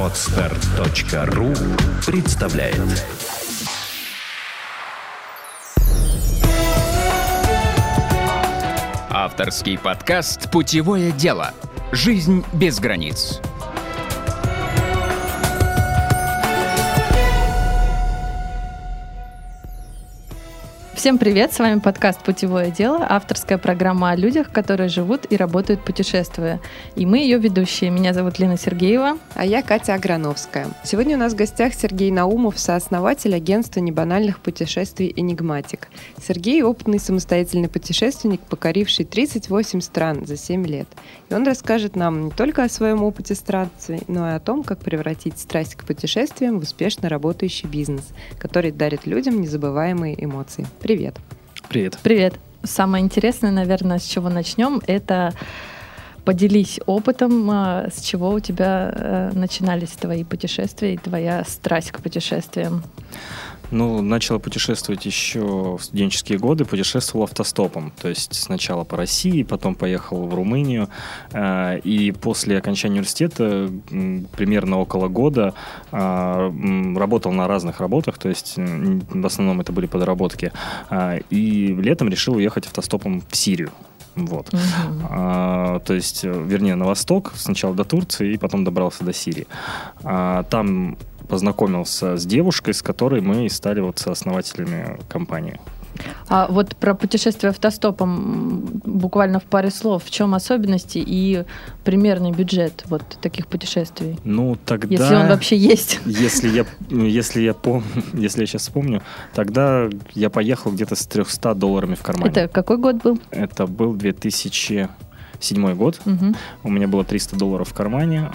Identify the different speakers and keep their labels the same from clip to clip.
Speaker 1: Podster.ru представляет.
Speaker 2: Авторский подкаст «Путевое дело. Жизнь без границ».
Speaker 3: Всем привет, с вами подкаст «Путевое дело», авторская программа о людях, которые живут и работают путешествуя. И мы ее ведущие. Меня зовут Лена Сергеева.
Speaker 4: А я Катя Аграновская. Сегодня у нас в гостях Сергей Наумов, сооснователь агентства небанальных путешествий «Энигматик». Сергей – опытный самостоятельный путешественник, покоривший 38 стран за 7 лет. И он расскажет нам не только о своем опыте странствий, но и о том, как превратить страсть к путешествиям в успешно работающий бизнес, который дарит людям незабываемые эмоции. Привет.
Speaker 5: Привет.
Speaker 3: Привет. Самое интересное, наверное, с чего начнем, это поделись опытом, с чего у тебя начинались твои путешествия и твоя страсть к путешествиям.
Speaker 5: Начал путешествовать еще в студенческие годы, путешествовал автостопом. То есть сначала по России, потом поехал в Румынию. И после окончания университета примерно около года работал на разных работах. То есть в основном это были подработки. И летом решил уехать автостопом в Сирию. Вот. То есть, на восток, сначала до Турции, и потом добрался до Сирии. Там познакомился с девушкой, с которой мы стали сооснователями компании.
Speaker 3: А вот про путешествие автостопом буквально в паре слов. В чем особенности и примерный бюджет таких путешествий?
Speaker 5: Тогда...
Speaker 3: Если он вообще есть.
Speaker 5: Если я сейчас вспомню, тогда я поехал где-то с $300 в кармане.
Speaker 3: Это какой год был?
Speaker 5: Это был 2007 год.
Speaker 3: Угу.
Speaker 5: У меня было $300 в кармане,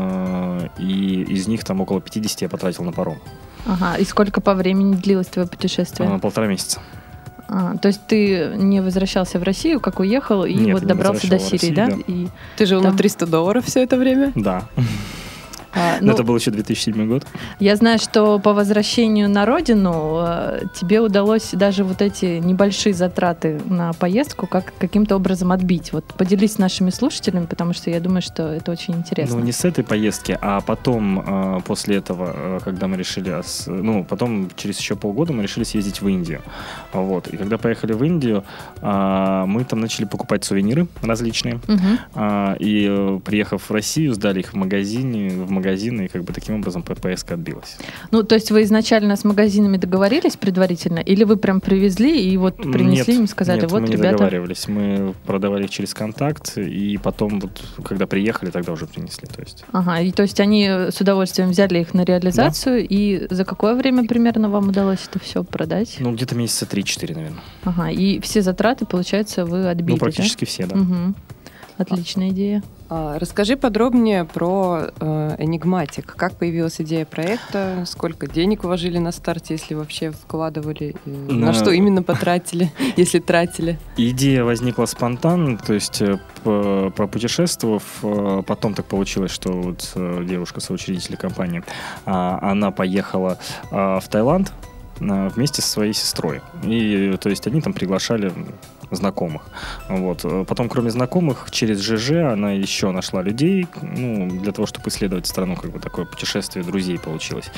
Speaker 5: и из них там около 50 я потратил на паром.
Speaker 3: Ага. И сколько по времени длилось твое путешествие?
Speaker 5: 1,5 месяца.
Speaker 3: То есть ты не возвращался в Россию, как уехал, и
Speaker 5: Нет,
Speaker 3: добрался до Сирии, да?
Speaker 5: И
Speaker 4: ты жил на $300 все это время?
Speaker 5: Да. Это был еще 2007 год.
Speaker 3: Я знаю, что по возвращению на родину тебе удалось даже эти небольшие затраты на поездку каким-то образом отбить. Поделись с нашими слушателями, потому что я думаю, что это очень интересно.
Speaker 5: Не с этой поездки, а потом, после этого, когда мы решили... потом через еще полгода мы решили съездить в Индию. И когда поехали в Индию, мы там начали покупать сувениры различные.
Speaker 3: Угу.
Speaker 5: И приехав в Россию, сдали их в магазины, и таким образом поездка отбилась.
Speaker 3: То есть вы изначально с магазинами договорились предварительно? Или вы прям привезли и принесли им, сказали,
Speaker 5: мы не
Speaker 3: ребята...
Speaker 5: договаривались. Мы продавали их через контакт, и потом, когда приехали, тогда уже принесли.
Speaker 3: Ага, и то есть они с удовольствием взяли их на реализацию, да. И за какое время примерно вам удалось это все продать?
Speaker 5: Где-то месяца 3-4, наверное.
Speaker 3: Ага, и все затраты, получается, вы отбили,
Speaker 5: практически
Speaker 3: да?
Speaker 5: все, да.
Speaker 3: Угу. Отличная идея.
Speaker 4: Расскажи подробнее про «Энигматик». Как появилась идея проекта? Сколько денег вложили на старте, если вообще вкладывали? На что именно потратили, если тратили?
Speaker 5: Идея возникла спонтанно, то есть пропутешествовав, потом так получилось, что девушка, соучредитель компании, она поехала в Таиланд вместе со своей сестрой. И то есть они там приглашали знакомых. Потом, кроме знакомых, через ЖЖ она еще нашла людей, для того, чтобы исследовать страну, такое путешествие друзей получилось.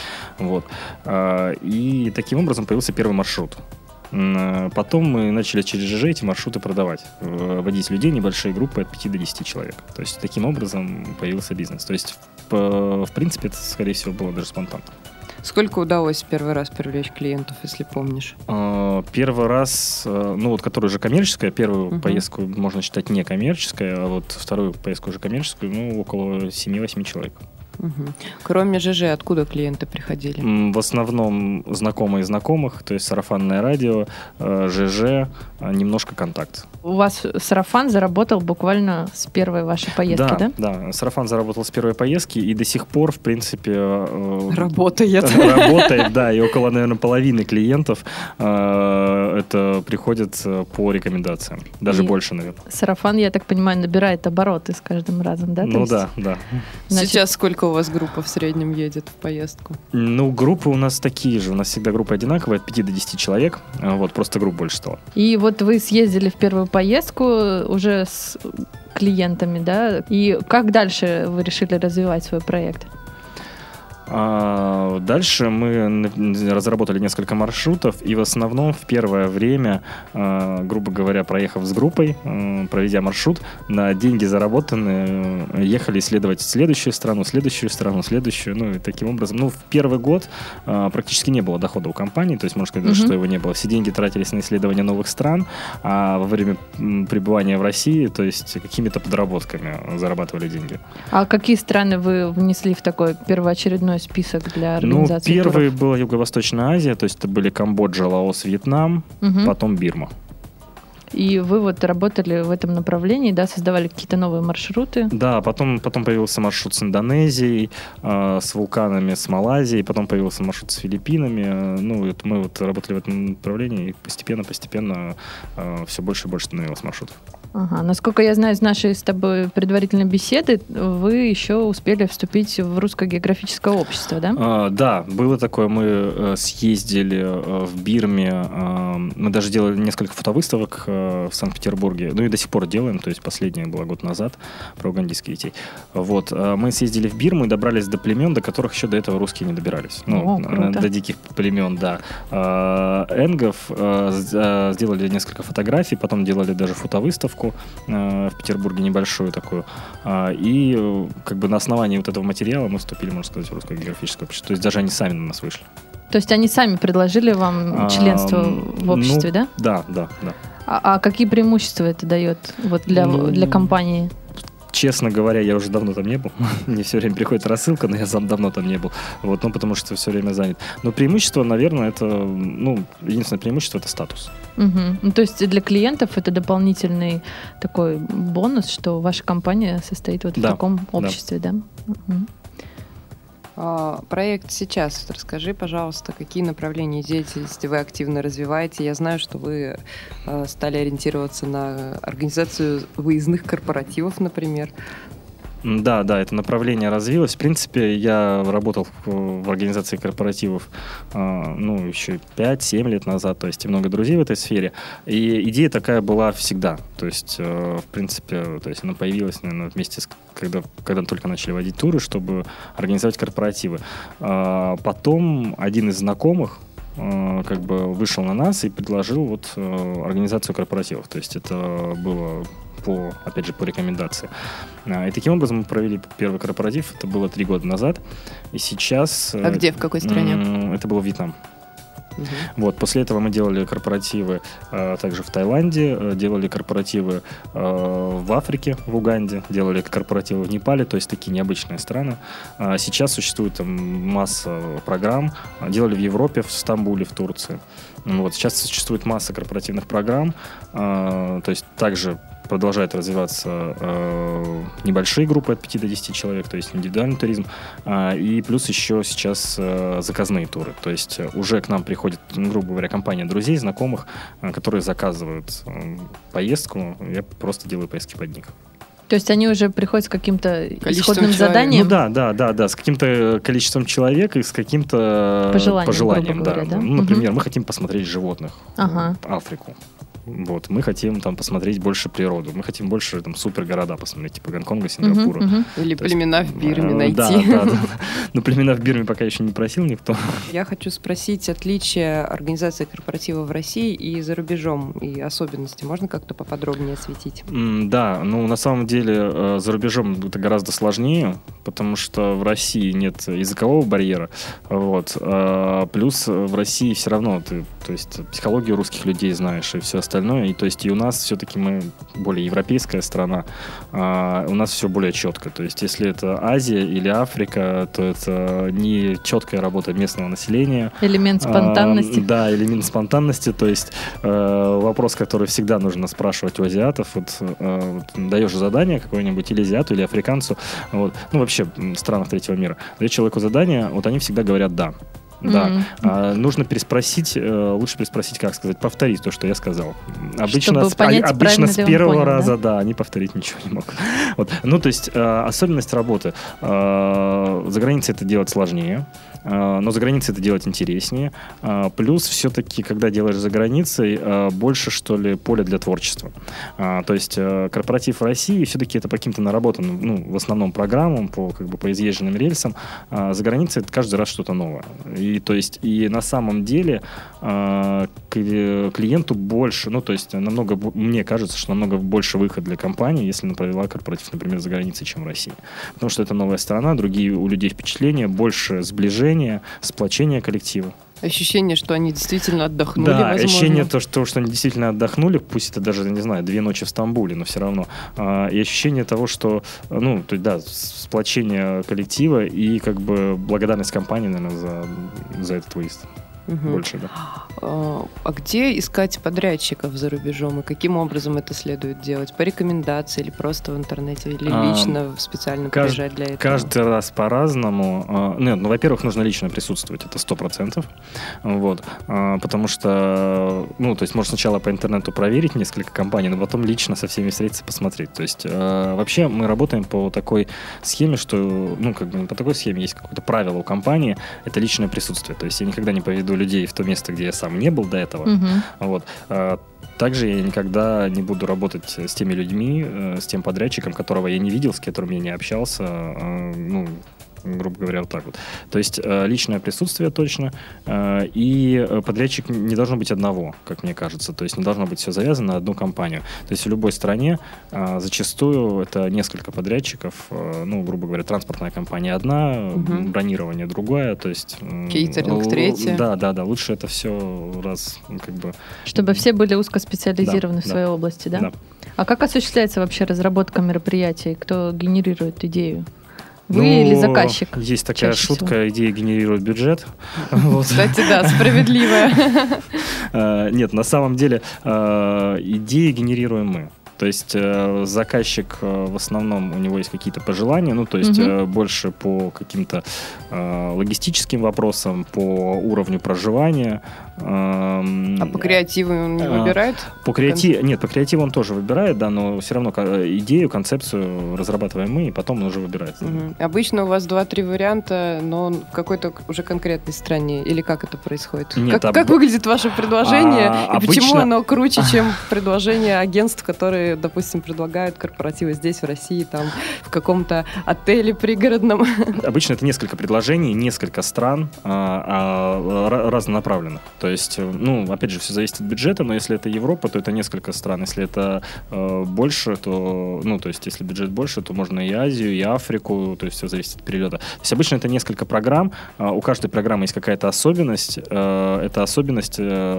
Speaker 5: И таким образом появился первый маршрут. Потом мы начали через ЖЖ эти маршруты продавать, водить людей, небольшие группы от 5 до 10 человек. То есть таким образом появился бизнес. То есть, в принципе, это, скорее всего, было даже спонтанно.
Speaker 4: Сколько удалось первый раз привлечь клиентов, если помнишь?
Speaker 5: Первый раз, которая уже коммерческая, первую поездку можно считать некоммерческой, а вторую поездку уже коммерческую, около 7-8 человек.
Speaker 4: Угу. Кроме ЖЖ, откуда клиенты приходили?
Speaker 5: В основном знакомые знакомых, то есть сарафанное радио, ЖЖ, немножко контакт.
Speaker 3: У вас сарафан заработал буквально с первой вашей поездки, да?
Speaker 5: Да, сарафан заработал с первой поездки и до сих пор, в принципе...
Speaker 4: Работает.
Speaker 5: Работает, да, и около, наверное, половины клиентов это приходят по рекомендациям. Даже больше, наверное.
Speaker 3: Сарафан, я так понимаю, набирает обороты с каждым разом, да?
Speaker 5: Да.
Speaker 4: Сейчас сколько у вас группа в среднем едет в поездку?
Speaker 5: Группы у нас такие же. У нас всегда группа одинаковая, от 5 до 10 человек. Просто групп больше стало.
Speaker 3: И вы съездили в первую поездку уже с клиентами, да? И как дальше вы решили развивать свой проект?
Speaker 5: Дальше мы разработали несколько маршрутов, и в основном в первое время, грубо говоря, проехав с группой, проведя маршрут, на деньги заработанные ехали исследовать следующую страну, следующую, ну и таким образом. Ну, в первый год практически не было дохода у компании, то есть можно сказать, что его не было. Все деньги тратились на исследование новых стран, а во время пребывания в России, то есть какими-то подработками зарабатывали деньги.
Speaker 3: А какие страны вы внесли в такой первоочередной список для организации
Speaker 5: первый
Speaker 3: туров?
Speaker 5: была Юго-Восточная Азия, то есть это были Камбоджа, Лаос, Вьетнам, потом Бирма.
Speaker 3: И вы вот работали в этом направлении, да, создавали какие-то новые маршруты? Да,
Speaker 5: потом появился маршрут с Индонезией, с вулканами, с Малайзией, потом появился маршрут с Филиппинами. Ну, мы вот работали в этом направлении, и постепенно все больше и больше становилось маршрутов.
Speaker 3: Ага. Насколько я знаю из нашей с тобой предварительной беседы, вы еще успели вступить в Русское географическое общество, да?
Speaker 5: Да, было такое. Мы съездили в Бирме, мы даже делали несколько фотовыставок в Санкт-Петербурге, ну и до сих пор делаем, то есть последняя была год назад, про угандийских детей. Вот. Мы съездили в Бирму и добрались до племен, до которых еще до этого русские не добирались. До диких племен, да. Энгов, сделали несколько фотографий, потом делали даже фотовыставку в Петербурге небольшую такую. И как бы на основании вот этого материала мы вступили, можно сказать, в Русское географическое общество. То есть даже они сами на нас вышли.
Speaker 3: То есть они сами предложили вам членство в обществе, да?
Speaker 5: Да.
Speaker 3: А какие преимущества это дает вот для компании?
Speaker 5: Честно говоря, я уже давно там не был. Мне все время приходит рассылка, но я сам давно там не был. Вот, потому что все время занят. Но преимущество, наверное, это, единственное преимущество — это статус.
Speaker 3: Ну, то есть для клиентов это дополнительный такой бонус, что ваша компания состоит вот в таком обществе, да?
Speaker 4: Проект сейчас. Расскажи, пожалуйста, какие направления деятельности вы активно развиваете. Я знаю, что вы стали ориентироваться на организацию выездных корпоративов, например.
Speaker 5: Да, это направление развилось. В принципе, я работал в организации корпоративов еще 5-7 лет назад, то есть и много друзей в этой сфере. И идея такая была всегда. То есть, в принципе, она появилась, наверное, вместе с когда только начали водить туры, чтобы организовать корпоративы. Потом один из знакомых вышел на нас и предложил организацию корпоративов. То есть это было по рекомендации. И таким образом мы провели первый корпоратив. Это было 3 года назад. И сейчас...
Speaker 4: А где, в какой стране?
Speaker 5: Это был Вьетнам. Вот, после этого мы делали корпоративы также в Таиланде, делали корпоративы в Африке, в Уганде, делали корпоративы в Непале, то есть такие необычные страны. Сейчас существует масса программ. Делали в Европе, в Стамбуле, в Турции. Вот, сейчас существует масса корпоративных программ, то есть также продолжает развиваться небольшие группы от 5 до 10 человек, то есть индивидуальный туризм, и плюс еще сейчас заказные туры, то есть уже к нам приходит, грубо говоря, компания друзей, знакомых, которые заказывают поездку, я просто делаю поездки под них.
Speaker 3: То есть они уже приходят с каким-то исходным заданием?
Speaker 5: Да, с каким-то количеством человек и с каким-то пожеланием.
Speaker 3: Говоря, да?
Speaker 5: Например, мы хотим посмотреть животных, Африку. Вот, мы хотим там посмотреть больше природу, мы хотим больше там супергорода посмотреть, типа Гонконга, Сингапура.
Speaker 4: Или племена в Бирме найти.
Speaker 5: Да. Но племена в Бирме пока еще не просил никто.
Speaker 4: Я хочу спросить отличия организации корпоратива в России и за рубежом, и особенности. Можно как-то поподробнее осветить?
Speaker 5: Да, на самом деле за рубежом это гораздо сложнее, потому что в России нет языкового барьера. Вот. Плюс в России все равно ты, то есть психологию русских людей знаешь и все остальное. И то есть и у нас все-таки мы более европейская страна, у нас все более четко. То есть если это Азия или Африка, то это не четкая работа местного населения.
Speaker 3: Элемент спонтанности.
Speaker 5: Да, элемент спонтанности. То есть вопрос, который всегда нужно спрашивать у азиатов. Даешь задание какое-нибудь или азиату, или африканцу, вообще в странах третьего мира. Даешь человеку задание, они всегда говорят «да». Да, нужно переспросить, лучше переспросить, как сказать, повторить то, что я сказал. Обычно с первого раза, да, они повторить ничего не могут. Вот. То есть особенность работы. За границей это делать сложнее. но за границей это делать интереснее. Плюс все-таки, когда делаешь за границей, больше, что ли, поля для творчества. То есть корпоратив в России все-таки это по каким-то наработанным, ну, в основном программам, по изъезженным рельсам. За границей это каждый раз что-то новое. И на самом деле клиенту больше, ну, то есть намного, мне кажется, что намного больше выход для компании, если она провела корпоратив, например, за границей, чем в России. Потому что это новая страна, другие у людей впечатления, больше сближения, сплочения коллектива.
Speaker 4: Ощущение, что они действительно отдохнули,
Speaker 5: да,
Speaker 4: возможно.
Speaker 5: ощущение, что они действительно отдохнули, пусть это даже, не знаю, 2 ночи в Стамбуле, но все равно. И ощущение того, что, ну, то есть, да, сплочение коллектива и как бы благодарность компании, наверное, за этот выезд. Больше, да.
Speaker 4: А где искать подрядчиков за рубежом и каким образом это следует делать? По рекомендации или просто в интернете, или лично специально приезжать для этого?
Speaker 5: Каждый раз по-разному. Нет, ну, во-первых, нужно лично присутствовать, это 100%. Вот. Потому что, ну, то есть можно сначала по интернету проверить несколько компаний, но потом лично со всеми встретиться, посмотреть. То есть вообще мы работаем по такой схеме, что, ну, как бы по такой схеме есть какое-то правило у компании, это личное присутствие. То есть я никогда не поведу людей в то место, где я сам не был до этого. Вот. Также я никогда не буду работать с теми людьми, с тем подрядчиком, которого я не видел, с которым я не общался, ну, грубо говоря, вот так вот. То есть личное присутствие точно, и подрядчик не должно быть одного, как мне кажется. То есть не должно быть все завязано на одну компанию. То есть в любой стране зачастую это несколько подрядчиков, ну, грубо говоря, транспортная компания одна, бронирование другая, то есть...
Speaker 4: Кейтеринг третья.
Speaker 5: Да, лучше это все раз, как бы...
Speaker 3: Чтобы все были узкоспециализированы в своей области, да? Да. А как осуществляется вообще разработка мероприятий? Кто генерирует идею? Вы или заказчик?
Speaker 5: Есть такая шутка, идея генерирует бюджет.
Speaker 4: Кстати, да, справедливая.
Speaker 5: Нет, на самом деле идеи генерируем мы. То есть заказчик в основном у него есть какие-то пожелания, ну то есть больше по каким-то логистическим вопросам, по уровню проживания.
Speaker 4: А по креативу он не выбирает?
Speaker 5: По креативу он тоже выбирает, да, но все равно идею, концепцию разрабатываем мы, и потом он уже выбирает.
Speaker 4: Обычно у вас 2-3 варианта, но в какой-то уже конкретной стране, или как это происходит?
Speaker 5: Нет,
Speaker 4: как выглядит ваше предложение, и почему оно круче, чем предложение агентств, которые, допустим, предлагают корпоративы здесь, в России, там, в каком-то отеле пригородном?
Speaker 5: Обычно это несколько предложений, несколько стран разнонаправленных. То есть, ну, опять же, все зависит от бюджета, но если это Европа, то это несколько стран. Если это больше, то, ну, то есть, если бюджет больше, то можно и Азию, и Африку, то есть, все зависит от перелета. То есть, обычно это несколько программ, у каждой программы есть какая-то особенность. Эта особенность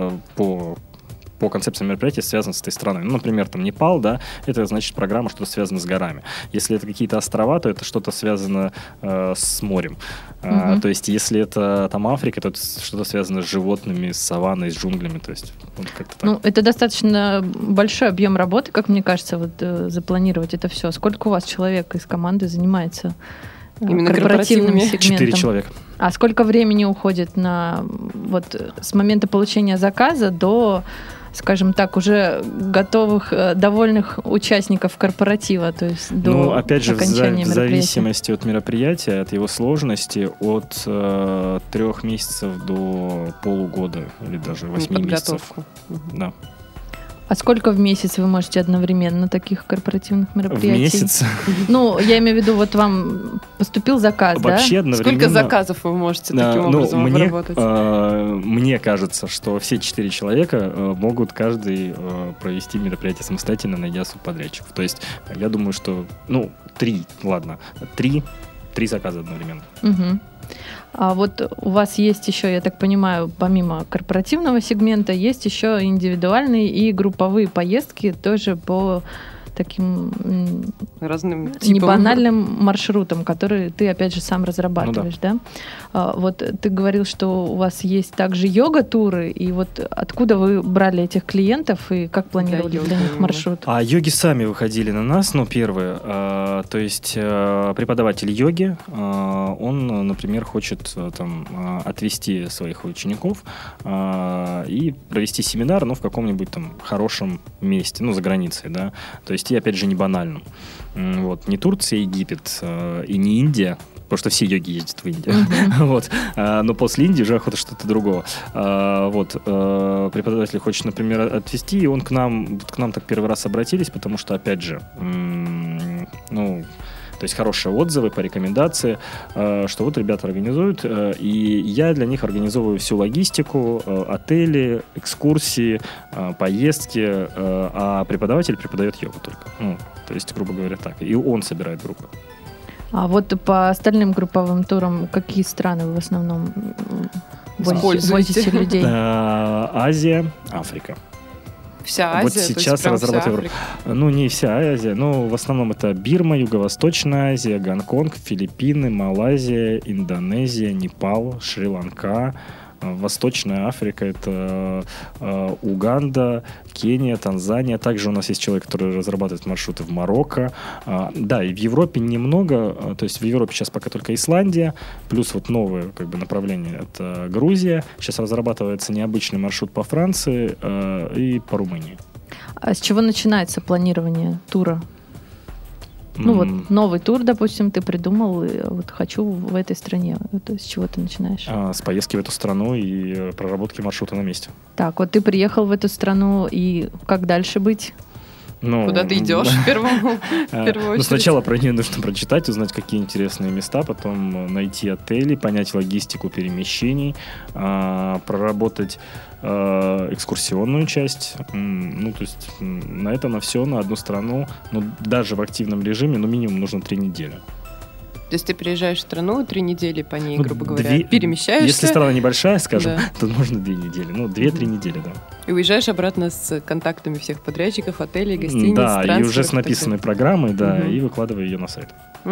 Speaker 5: по концепции мероприятия связано с этой страной. Ну, например, там Непал, да, это значит программа, что-то связано с горами. Если это какие-то острова, то это что-то связано с морем. То есть, если это там Африка, то это что-то связано с животными, с саванной, с джунглями. То есть, вот как-то так.
Speaker 3: Ну, это достаточно большой объем работы, как мне кажется, вот запланировать это все. Сколько у вас человек из команды занимается
Speaker 4: именно
Speaker 3: корпоративным сегментом?
Speaker 5: 4 человека.
Speaker 3: А сколько времени уходит на вот с момента получения заказа до, скажем так, уже готовых, довольных участников корпоратива, то есть до
Speaker 5: опять же,
Speaker 3: окончания
Speaker 5: в зависимости от мероприятия, от его сложности, от 3 месяцев до полугода или даже 8 месяцев. Да.
Speaker 3: А сколько в месяц вы можете одновременно таких корпоративных мероприятий?
Speaker 5: В месяц?
Speaker 3: Ну, я имею в виду, вот вам поступил заказ,
Speaker 5: вообще,
Speaker 3: да?
Speaker 5: Одновременно...
Speaker 4: Сколько заказов вы можете таким образом обработать?
Speaker 5: Мне кажется, что все 4 человека могут каждый провести мероприятие самостоятельно, найдя субподрядчиков. То есть, я думаю, что, 3 заказа одновременно.
Speaker 3: Угу. А вот у вас есть еще, я так понимаю, помимо корпоративного сегмента, есть еще индивидуальные и групповые поездки тоже по таким
Speaker 4: разным типам,
Speaker 3: небанальным маршрутам, которые ты, опять же, сам разрабатываешь, да? Вот ты говорил, что у вас есть также йога-туры, и вот откуда вы брали этих клиентов и как планировали для них маршрут?
Speaker 5: А йоги сами выходили на нас, первые. То есть преподаватель йоги, он, например, хочет там отвести своих учеников и провести семинар, в каком-нибудь там хорошем месте, за границей, да. То есть и, опять же, не банальным. Вот. Не Турция, Египет и не Индия, потому что все йоги ездят в Индию. Вот. Но после Индии уже охота что-то другого. Вот. Преподаватель хочет, например, отвести, и он к нам так первый раз обратились, потому что, опять же, то есть хорошие отзывы по рекомендации, что вот ребята организуют, и я для них организовываю всю логистику, отели, экскурсии, поездки, а преподаватель преподает йогу только. То есть, грубо говоря, так. И он собирает группы.
Speaker 3: А вот по остальным групповым турам какие страны вы в основном возите людей?
Speaker 5: Азия, Африка.
Speaker 4: Вся Азия?
Speaker 5: Вот сейчас разрабатываю. Не вся Азия, но в основном это Бирма, Юго-Восточная Азия, Гонконг, Филиппины, Малайзия, Индонезия, Непал, Шри-Ланка. Восточная Африка — это Уганда, Кения, Танзания. Также у нас есть человек, который разрабатывает маршруты в Марокко. Да, и в Европе немного. То есть в Европе сейчас пока только Исландия, плюс вот новое направление — это Грузия. Сейчас разрабатывается необычный маршрут по Франции и по Румынии.
Speaker 3: А с чего начинается планирование тура? Вот новый тур, допустим, ты придумал, и вот хочу в этой стране. Это с чего ты начинаешь?
Speaker 5: С поездки в эту страну и проработки маршрута на месте.
Speaker 3: Так, вот ты приехал в эту страну, и как дальше быть?
Speaker 4: Куда ты идешь в первую очередь?
Speaker 5: Сначала про нее нужно прочитать, узнать, какие интересные места, потом найти отели, понять логистику перемещений, проработать экскурсионную часть. То есть на это, на все, на одну страну, даже в активном режиме, минимум нужно 3 недели.
Speaker 4: То есть ты приезжаешь в страну, 3 недели по ней, грубо говоря, перемещаешься.
Speaker 5: Если страна небольшая, скажем, то можно 2 недели. 2-3 недели, да.
Speaker 4: И уезжаешь обратно с контактами всех подрядчиков, отелей, гостиниц,
Speaker 5: да, и уже с написанной программой, да, и выкладываю ее на сайт.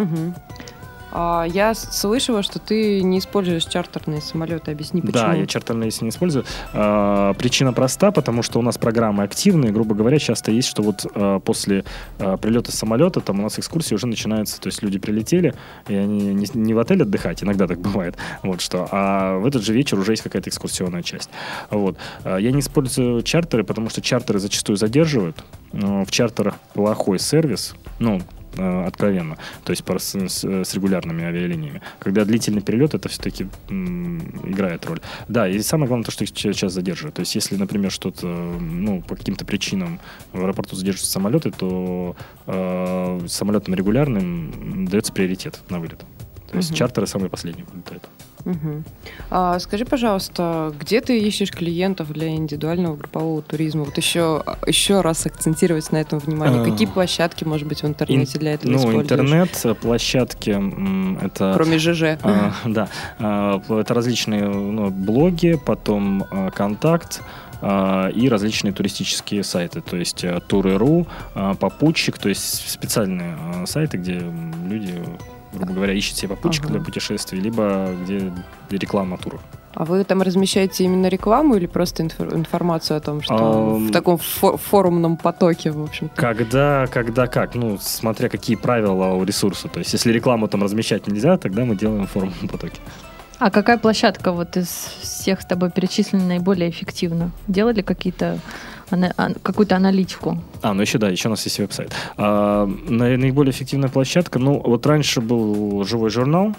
Speaker 4: Я слышала, что ты не используешь чартерные самолеты. Объясни, почему.
Speaker 5: Да, я чартерные не использую. Причина проста, потому что у нас программы активные. Грубо говоря, часто есть, что вот после прилета самолета там у нас экскурсии уже начинаются. То есть люди прилетели, и они не в отель отдыхать, иногда так бывает, а в этот же вечер уже есть какая-то экскурсионная часть. Я не использую чартеры, потому что чартеры зачастую задерживают. В чартерах плохой сервис, откровенно, то есть с регулярными авиалиниями. Когда длительный перелет, это все-таки играет роль. Да, и самое главное то, что их сейчас задерживают. То есть если, например, что-то, по каким-то причинам в аэропорту задерживаются самолеты, то самолетам регулярным дается приоритет на вылет. То есть чартеры самые последние вылетают.
Speaker 4: Скажи, пожалуйста, где ты ищешь клиентов для индивидуального группового туризма? Вот еще раз акцентировать на этом внимание. Какие площадки, может быть, в интернете для этого используешь?
Speaker 5: Интернет-площадки это...
Speaker 4: Кроме ЖЖ.
Speaker 5: Да. Это различные блоги, потом контакт, и различные туристические сайты, то есть Туры.ру, Попутчик, то есть специальные сайты, где люди, грубо говоря, ищут себе попутчика для путешествий, либо где реклама туров.
Speaker 4: А вы там размещаете именно рекламу или просто информацию о том, что в таком форумном потоке, в общем-то?
Speaker 5: Когда как. Смотря какие правила у ресурса. То есть, если рекламу там размещать нельзя, тогда мы делаем в форумном потоке.
Speaker 3: А какая площадка вот из всех с тобой перечисленных наиболее эффективна? Делали какую-то аналитику?
Speaker 5: Еще у нас есть веб-сайт. Наиболее эффективная площадка, раньше был живой журнал,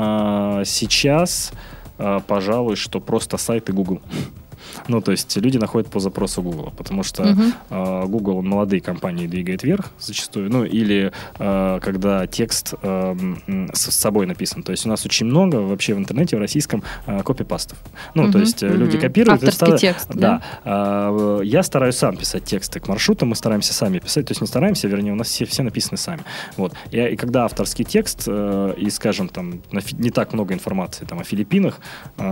Speaker 5: сейчас, пожалуй, что просто сайт и Google. То есть люди находят по запросу Google, потому что Google молодые компании двигает вверх зачастую, или когда текст с собой написан. То есть у нас очень много вообще в интернете, в российском, копипастов. То есть люди копируют.
Speaker 3: Авторский текст, да?
Speaker 5: Я стараюсь сам писать тексты к маршрутам, мы стараемся сами писать, то есть не стараемся, вернее, у нас все написаны сами. И когда авторский текст, и, скажем, там не так много информации там, о Филиппинах,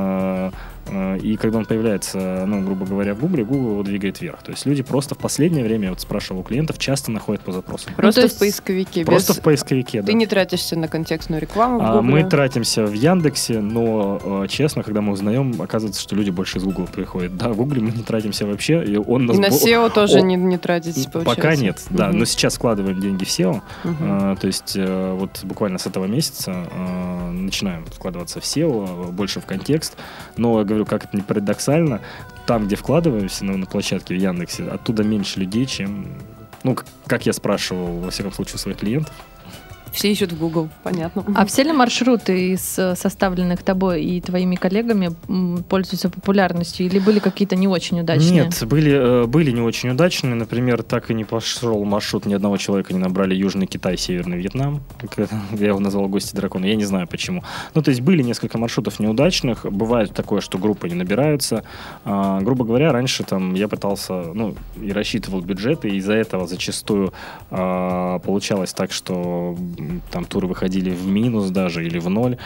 Speaker 5: и когда он появляется, грубо говоря, в Гугле, Google его двигает вверх. То есть люди просто в последнее время, я спрашивал у клиентов, часто находят по запросу.
Speaker 4: Просто в поисковике?
Speaker 5: Просто в поисковике, да.
Speaker 4: Ты не тратишься на контекстную рекламу в Гугле?
Speaker 5: Мы тратимся в Яндексе, но, честно, когда мы узнаем, оказывается, что люди больше из Гугла приходят. Да, в Гугле мы не тратимся вообще. И на SEO
Speaker 4: тоже не тратитесь, получается?
Speaker 5: Пока нет, да. Но сейчас вкладываем деньги в SEO. То есть буквально с этого месяца начинаем вкладываться в SEO, больше в контекст. Но, я говорю, как это не парадоксально, там, где вкладываемся на площадке в Яндексе, оттуда меньше людей, чем... как я спрашивал, во всяком случае, у своих клиентов.
Speaker 4: Все ищут в Google, понятно.
Speaker 3: А все ли маршруты из составленных тобой и твоими коллегами пользуются популярностью? Или были какие-то не очень удачные?
Speaker 5: Нет, были не очень удачные. Например, так и не пошел маршрут, ни одного человека не набрали Южный Китай, Северный Вьетнам. Я его назвал «Гости дракона». Я не знаю почему. Ну, то есть были несколько маршрутов неудачных. Бывает такое, что группы не набираются. Грубо говоря, раньше там я пытался, и рассчитывал бюджеты, и из-за этого зачастую получалось так, что там туры выходили в минус даже или в ноль,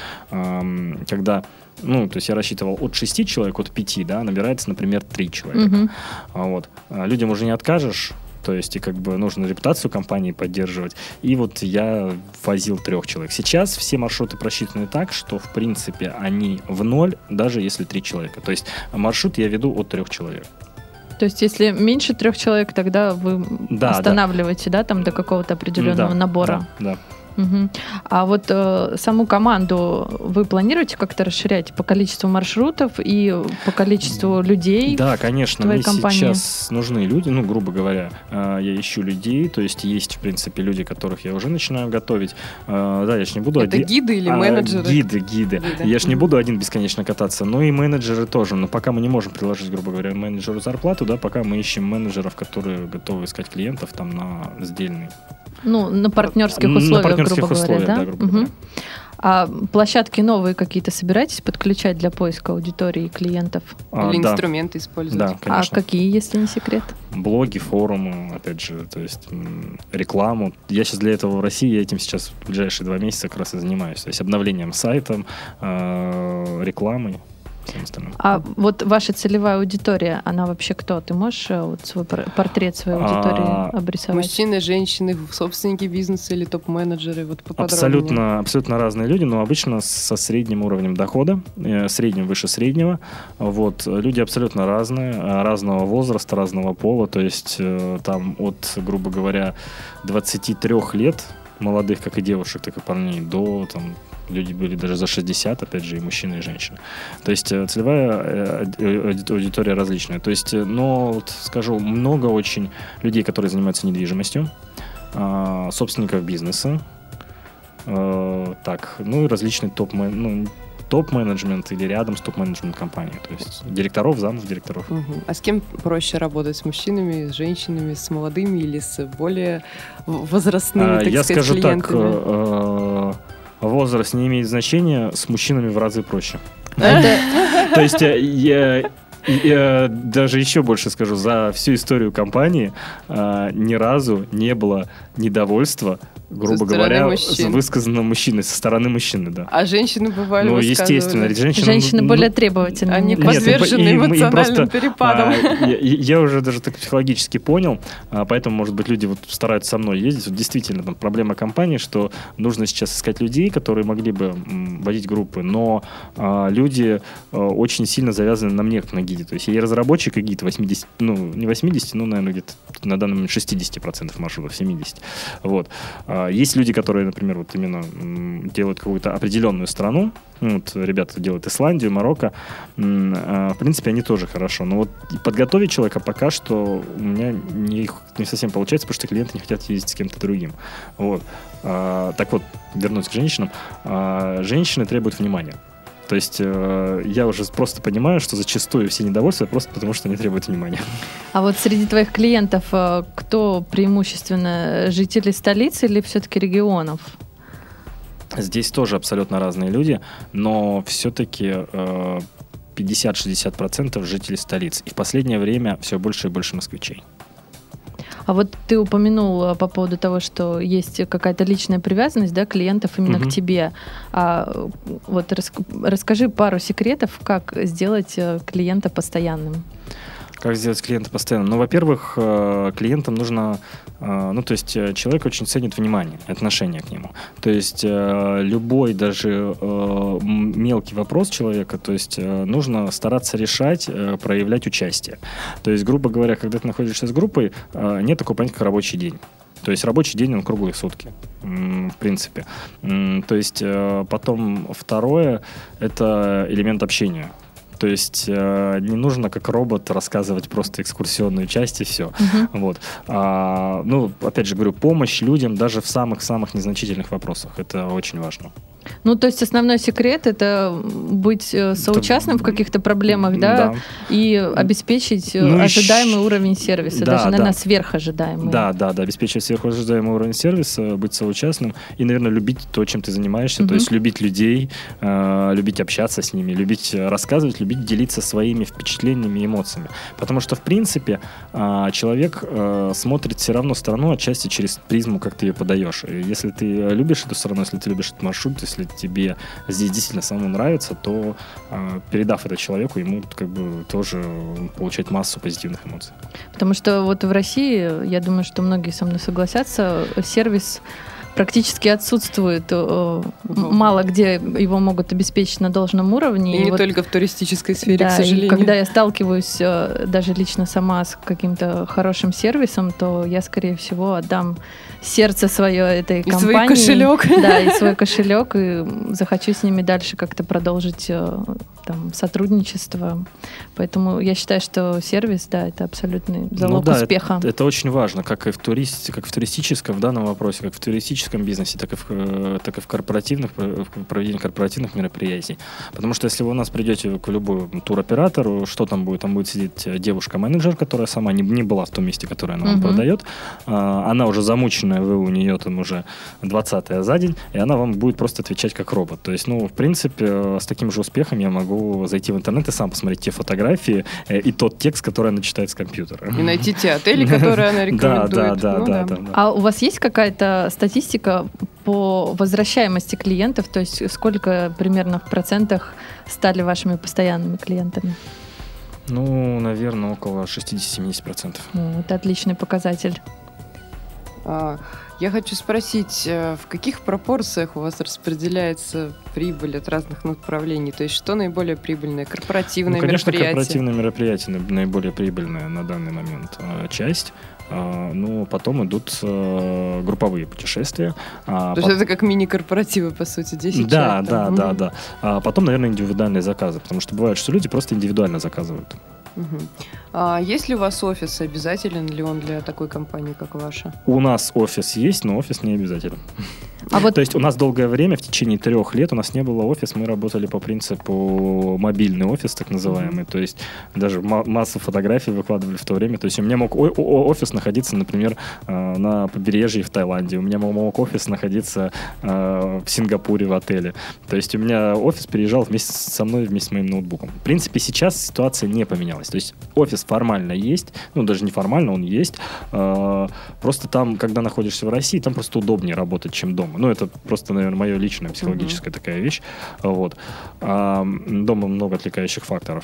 Speaker 5: когда, то есть я рассчитывал от 6 человек, от 5, да, набирается, например, 3 человека. Вот. Людям уже не откажешь, то есть и как бы нужно репутацию компании поддерживать. И вот я возил 3 человек. Сейчас все маршруты просчитаны так, что в принципе они в ноль, даже если 3 человека. То есть маршрут я веду от 3 человек.
Speaker 3: То есть, если меньше 3 человек, тогда вы останавливаете, да, там до какого-то определенного набора?
Speaker 5: Да.
Speaker 3: Угу. А вот саму команду вы планируете как-то расширять по количеству маршрутов и по количеству людей?
Speaker 5: Да, конечно, мне
Speaker 3: компании?
Speaker 5: Сейчас нужны люди, грубо говоря, я ищу людей, то есть в принципе, люди, которых я уже начинаю готовить. Да, я ж не буду
Speaker 4: Это гиды или менеджеры?
Speaker 5: Гиды. Я ж не буду один бесконечно кататься, но и менеджеры тоже. Но пока мы не можем предложить, грубо говоря, менеджеру зарплату, да, пока мы ищем менеджеров, которые готовы искать клиентов там на сдельный.
Speaker 3: На партнерских условиях, грубо говоря, да?
Speaker 5: Грубо говоря.
Speaker 3: А площадки новые какие-то собираетесь подключать для поиска аудитории и клиентов?
Speaker 4: Или инструменты использовать?
Speaker 5: Да, конечно.
Speaker 3: А какие, если не секрет?
Speaker 5: Блоги, форумы, опять же, то есть рекламу. Я сейчас для этого в России, я этим сейчас в ближайшие 2 месяца как раз и занимаюсь. То есть обновлением сайта, рекламой.
Speaker 3: А вот ваша целевая аудитория, она вообще кто? Ты можешь свой портрет своей аудитории обрисовать?
Speaker 4: Мужчины, женщины, собственники бизнеса или топ-менеджеры? Вот поподробнее.
Speaker 5: Абсолютно разные люди, но обычно со средним уровнем дохода, средним выше среднего. Вот. Люди абсолютно разные, разного возраста, разного пола, то есть там от, грубо говоря, 23 лет молодых, как и девушек, так и парней, до там люди были даже за 60, опять же, и мужчины, и женщины. То есть целевая аудитория различная. То есть, скажу, много очень людей, которые занимаются недвижимостью, собственников бизнеса, и различный топ-менеджмент или рядом с топ-менеджмент компанией. То есть директоров, замов директоров.
Speaker 4: А с кем проще работать? С мужчинами, с женщинами, с молодыми или с более возрастными, клиентами?
Speaker 5: Я скажу так, возраст не имеет значения, с мужчинами в разы проще. То есть я даже еще больше скажу, за всю историю компании ни разу не было недовольства, грубо говоря, высказано мужчиной, со стороны мужчины, да.
Speaker 4: А женщины бывали высказывали?
Speaker 5: Естественно.
Speaker 3: Женщины более требовательны.
Speaker 4: Они подвержены эмоциональным перепадам.
Speaker 5: Я уже даже так психологически понял, поэтому, может быть, люди стараются со мной ездить. Вот действительно, там проблема компании, что нужно сейчас искать людей, которые могли бы водить группы, но люди очень сильно завязаны на мне, как на гиде. То есть я и разработчик, и гид 80, не 80, наверное, где-то на данный момент 60% маршрутов, 70%. Вот. Есть люди, которые, например, вот именно делают какую-то определенную страну. Вот ребята делают Исландию, Марокко. В принципе, они тоже хорошо. Но вот подготовить человека пока что у меня не совсем получается, потому что клиенты не хотят ездить с кем-то другим. Вот. Так вот, вернусь к женщинам. Женщины требуют внимания. То есть я уже просто понимаю, что зачастую все недовольства просто потому, что они требуют внимания. А
Speaker 3: вот среди твоих клиентов кто преимущественно жители столицы или все-таки регионов?
Speaker 5: Здесь тоже абсолютно разные люди, но все-таки 50-60% жителей столиц. И в последнее время все больше и больше москвичей.
Speaker 3: А вот ты упомянул по поводу того, что есть какая-то личная привязанность, да, клиентов именно к тебе. Вот расскажи пару секретов, как сделать клиента постоянным.
Speaker 5: Как сделать клиента постоянным? Во-первых, клиентам нужно... то есть человек очень ценит внимание, отношение к нему. То есть любой даже мелкий вопрос человека, то есть нужно стараться решать, проявлять участие. То есть, грубо говоря, когда ты находишься с группой, нет такого понятия, как рабочий день. То есть рабочий день, он круглые сутки, в принципе. То есть потом второе – это элемент общения. То есть не нужно как робот рассказывать просто экскурсионную часть и все. Вот. Ну, опять же говорю, помощь людям даже в самых-самых незначительных вопросах. Это очень важно.
Speaker 3: Ну, то есть основной секрет — это быть соучастным в каких-то проблемах, да? И обеспечить ожидаемый уровень сервиса, даже, наверное, сверхожидаемый.
Speaker 5: Да, обеспечивать сверхожидаемый уровень сервиса, быть соучастным и, наверное, любить то, чем ты занимаешься, то есть любить людей, любить общаться с ними, любить рассказывать, любить делиться своими впечатлениями и эмоциями. Потому что, в принципе, человек смотрит все равно страну отчасти через призму, как ты ее подаешь. И если ты любишь эту страну, если ты любишь этот маршрут, если тебе здесь действительно самому нравится, то передав это человеку, ему как бы тоже получать массу позитивных эмоций.
Speaker 3: Потому что вот в России, я думаю, что многие со мной согласятся, сервис практически отсутствует. Мало где его могут обеспечить на должном уровне.
Speaker 4: И не только в туристической сфере, к сожалению.
Speaker 3: И когда я сталкиваюсь даже лично сама с каким-то хорошим сервисом, то я, скорее всего, отдам сердце свое этой компании.
Speaker 4: И свой кошелек.
Speaker 3: Да, и свой кошелек, и захочу с ними дальше как-то продолжить там сотрудничество. Поэтому я считаю, что сервис, да, это абсолютный залог успеха.
Speaker 5: Это очень важно, как и в туристическом в данном вопросе, как в туристическом бизнесе, так и в корпоративных, в проведении корпоративных мероприятий. Потому что если вы у нас придете к любому туроператору, что там будет? Там будет сидеть девушка-менеджер, которая сама не была в том месте, которое она вам продает. Она уже замученная, вы у нее там уже 20-я за день, и она вам будет просто отвечать как робот. То есть, ну, в принципе, с таким же успехом я могу зайти в интернет и сам посмотреть те фотографии и тот текст, который она читает с компьютера.
Speaker 4: И найти те отели, которые она рекомендует.
Speaker 5: Да.
Speaker 3: А у вас есть какая-то статистика по возвращаемости клиентов? То есть сколько примерно в процентах стали вашими постоянными клиентами?
Speaker 5: Ну, наверное, около 60-70%.
Speaker 3: Это отличный показатель.
Speaker 4: Я хочу спросить, в каких пропорциях у вас распределяется прибыль от разных направлений? То есть что наиболее прибыльное? Корпоративные мероприятия?
Speaker 5: Конечно, корпоративные мероприятия наиболее прибыльная на данный момент часть. Ну, потом идут групповые путешествия.
Speaker 4: То есть это как мини-корпоративы, по сути, 10 человек?
Speaker 5: Да. Потом, наверное, индивидуальные заказы, потому что бывает, что люди просто индивидуально заказывают.
Speaker 4: Есть ли у вас офис? Обязателен ли он для такой компании, как ваша?
Speaker 5: У нас офис есть, но офис не обязателен. То есть у нас долгое время, в течение 3 лет, у нас не было офиса, мы работали по принципу мобильный офис, так называемый. То есть даже массу фотографий выкладывали в то время. То есть у меня мог офис находиться, например, на побережье в Таиланде. У меня мог офис находиться в Сингапуре в отеле. То есть у меня офис переезжал вместе со мной, вместе с моим ноутбуком. В принципе, сейчас ситуация не поменялась. То есть офис формально есть, ну даже не формально, он есть. Просто там, когда находишься в России, там просто удобнее работать, чем дома. Ну, это просто, наверное, моя личная психологическая такая вещь. Вот. Дома много отвлекающих факторов.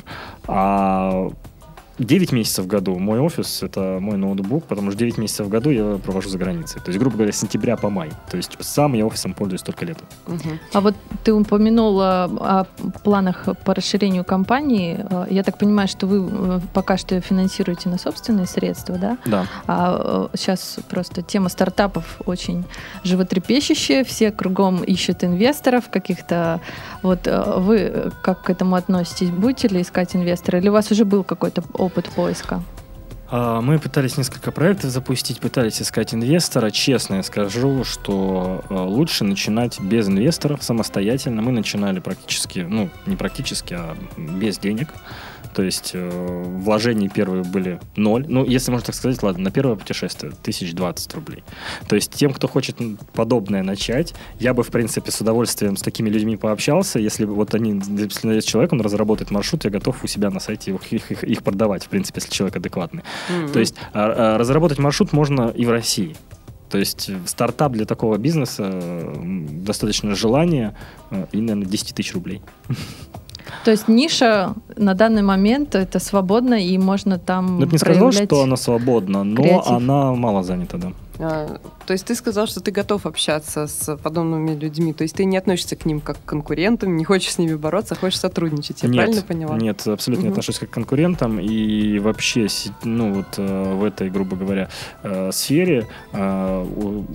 Speaker 5: 9 месяцев в году мой офис — это мой ноутбук, потому что 9 месяцев в году я провожу за границей. То есть, грубо говоря, с сентября по май. То есть сам я офисом пользуюсь только летом.
Speaker 3: А вот ты упомянул о планах по расширению компании. Я так понимаю, что вы пока что финансируете на собственные средства, да?
Speaker 5: Да.
Speaker 3: А сейчас просто тема стартапов очень животрепещущая. Все кругом ищут инвесторов каких-то. Вот вы как к этому относитесь? Будете ли искать инвестора? Или у вас уже был какой-то опыт поиска?
Speaker 5: Мы пытались несколько проектов запустить, пытались искать инвестора. Честно я скажу, что лучше начинать без инвесторов, самостоятельно. Мы начинали практически, ну, не практически, а без денег. То есть вложения первые были 0. Ну, если можно так сказать, ладно, на первое путешествие 1020 рублей. То есть тем, кто хочет подобное начать, я бы, в принципе, с удовольствием с такими людьми пообщался. Если вот если есть человек, он разработает маршрут, я готов у себя на сайте их продавать, в принципе, если человек адекватный. То есть разработать маршрут можно и в России. То есть стартап для такого бизнеса достаточно желания и, наверное, 10 тысяч рублей.
Speaker 3: То есть ниша на данный момент это свободно, и можно там
Speaker 5: я бы не сказал, что она свободна, но
Speaker 3: креатив.
Speaker 5: Она мало занята, да.
Speaker 4: То есть ты сказал, что ты готов общаться с подобными людьми, то есть ты не относишься к ним как к конкурентам, не хочешь с ними бороться, а хочешь сотрудничать, я правильно поняла?
Speaker 5: Нет, абсолютно не отношусь как к конкурентам, и вообще, ну вот в этой, грубо говоря, сфере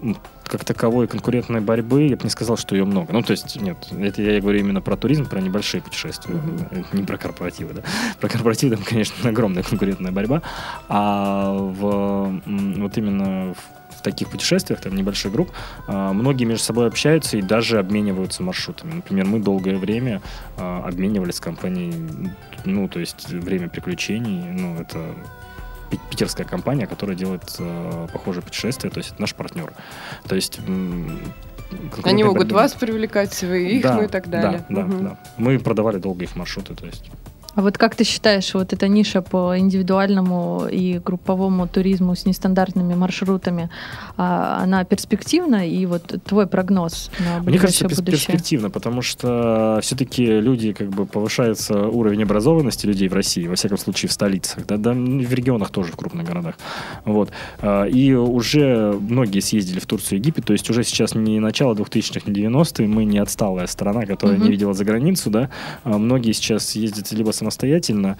Speaker 5: как таковой конкурентной борьбы, я бы не сказал, что ее много. Ну, то есть, нет, это я говорю именно про туризм, про небольшие путешествия, не про корпоративы, да. Про корпоративы там, конечно, огромная конкурентная борьба, а вот именно в таких путешествиях, там, небольших групп, многие между собой общаются и даже обмениваются маршрутами. Например, мы долгое время обменивались с компанией, ну, то есть, время приключений, ну, это питерская компания, которая делает похожие путешествия, то есть это наш партнер. То есть
Speaker 4: они могут вас привлекать, вы их,
Speaker 5: да,
Speaker 4: ну и так далее.
Speaker 5: Да. Мы продавали долго их маршруты, то есть.
Speaker 3: А вот как ты считаешь, вот эта ниша по индивидуальному и групповому туризму с нестандартными маршрутами, она перспективна? И вот твой прогноз на ближайшее будущее? Мне кажется,
Speaker 5: перспективно, потому что все-таки люди, как бы, повышается уровень образованности людей в России, во всяком случае в столицах, да, в регионах тоже, в крупных городах. Вот. И уже многие съездили в Турцию и Египет, то есть уже сейчас не начало 2000-х, не 90-е, мы не отсталая страна, которая не видела за границу, да. Многие сейчас ездят либо самостоятельно,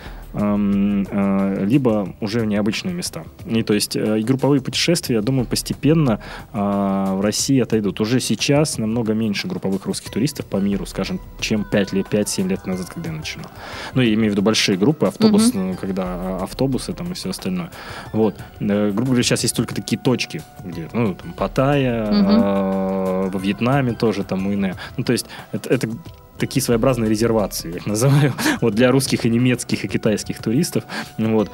Speaker 5: либо уже в необычные места. И то есть и групповые путешествия, я думаю, постепенно в России отойдут. Уже сейчас намного меньше групповых русских туристов по миру, скажем, чем 5-7 лет назад, когда я начинал. Ну, я имею в виду большие группы, когда автобусы там и все остальное. Вот. Грубо говоря, сейчас есть только такие точки, где, ну, там, Паттайя, во Вьетнаме тоже, там, Уйне. Ну, то есть это такие своеобразные резервации, я их называю, вот, для русских и немецких и китайских туристов. Вот.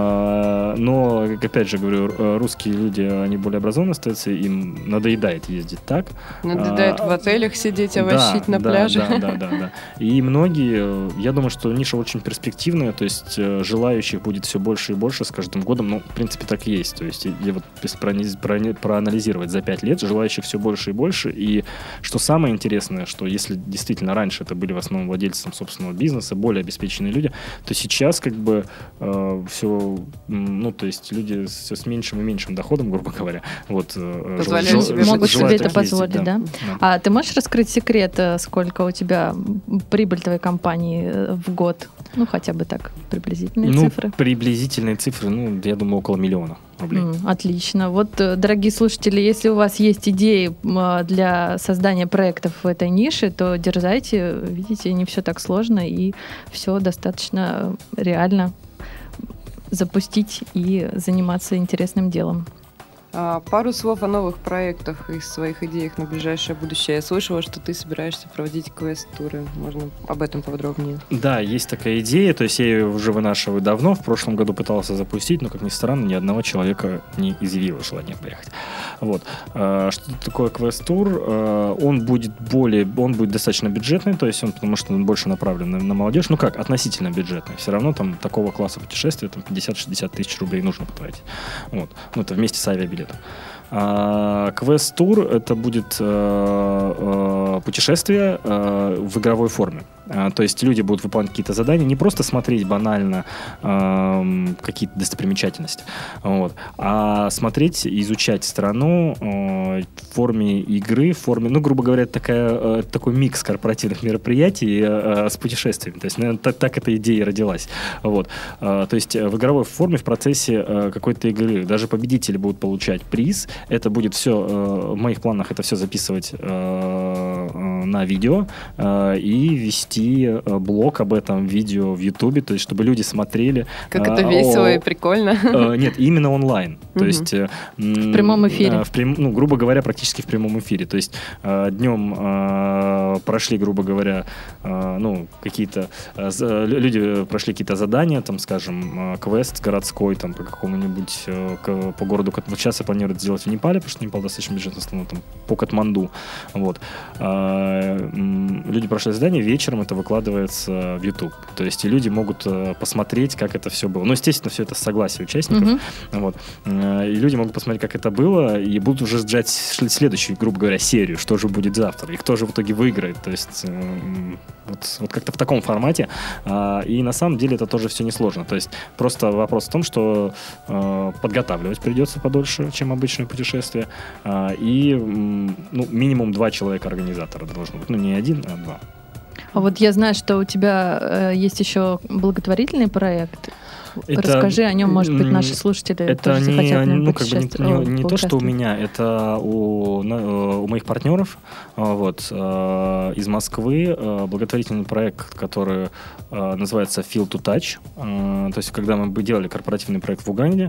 Speaker 5: Но, опять же говорю, русские люди, они более образованные остаются, им надоедает ездить так.
Speaker 4: Надоедает в отелях сидеть, овощить на пляже.
Speaker 5: Да. И многие, я думаю, что ниша очень перспективная, то есть желающих будет все больше и больше с каждым годом, ну, в принципе, так и есть. То есть, вот, если проанализировать за 5 лет, желающих все больше и больше, и что самое интересное, что если действительно раньше это были в основном владельцы собственного бизнеса, более обеспеченные люди, то сейчас как бы все, ну, то есть люди все с меньшим и меньшим доходом, грубо говоря, вот,
Speaker 3: могут себе это позволить, да? А ты можешь раскрыть секрет, сколько у тебя прибыль твоей компании в год? Ну, хотя бы так, приблизительные цифры.
Speaker 5: Приблизительные цифры, ну, я думаю, около 1 000 000 рублей.
Speaker 3: Отлично. Вот, дорогие слушатели, если у вас есть идеи для создания проектов в этой нише, то дерзайте. Видите, не все так сложно, и все достаточно реально запустить и заниматься интересным делом.
Speaker 4: Пару слов о новых проектах и своих идеях на ближайшее будущее. Я слышала, что ты собираешься проводить квест-туры. Можно об этом поподробнее?
Speaker 5: Да, есть такая идея. То есть я ее уже вынашиваю давно. В прошлом году пытался запустить, но, как ни странно, ни одного человека не изъявило желание поехать. Вот. Что такое квест-тур? Он будет достаточно бюджетный, то есть потому что он больше направлен на молодежь. Ну как, относительно бюджетный. Все равно там такого класса путешествия там 50-60 тысяч рублей нужно потратить. Вот. Ну, это вместе с авиабилетом. Квест-тур — это будет путешествие в игровой форме. То есть люди будут выполнять какие-то задания, не просто смотреть банально какие-то достопримечательности, вот, а смотреть и изучать страну в форме игры, в форме, ну, грубо говоря, такой микс корпоративных мероприятий с путешествиями. То есть, наверное, так эта идея родилась. Вот. То есть в игровой форме в процессе какой-то игры даже победители будут получать приз. Это будет все, в моих планах это все записывать на видео и вести блог об этом видео в Ютубе, то есть чтобы люди смотрели.
Speaker 4: Как это весело и прикольно.
Speaker 5: Нет, именно онлайн. То есть
Speaker 3: в прямом эфире.
Speaker 5: Ну, грубо говоря, практически в прямом эфире. То есть днем прошли, грубо говоря, ну, какие-то люди прошли какие-то задания, там, скажем, квест городской, там, по какому-нибудь по городу. Вот сейчас я планирую это сделать в Непале, потому что Непал достаточно бюджетная страна, там, по Катманду. Вот. Люди прошли задание, вечером это выкладывается в YouTube. То есть и люди могут посмотреть, как это все было. Ну, естественно, все это с согласия участников. Вот. И люди могут посмотреть, как это было, и будут уже ждать следующую, грубо говоря, серию, что же будет завтра, и кто же в итоге выиграет. То есть вот как-то в таком формате. И на самом деле это тоже все несложно. То есть просто вопрос в том, что подготавливать придется подольше, чем обычное путешествие. И минимум 2 человека-организатора должно быть. Ну, не 1, а 2.
Speaker 3: А вот я знаю, что у тебя есть еще благотворительный проект. Расскажи о нем, может быть, наши слушатели
Speaker 5: это
Speaker 3: тоже захотят
Speaker 5: не то, что у меня, это у моих партнеров из Москвы благотворительный проект, который называется Feel to Touch. То есть, когда мы делали корпоративный проект в Уганде,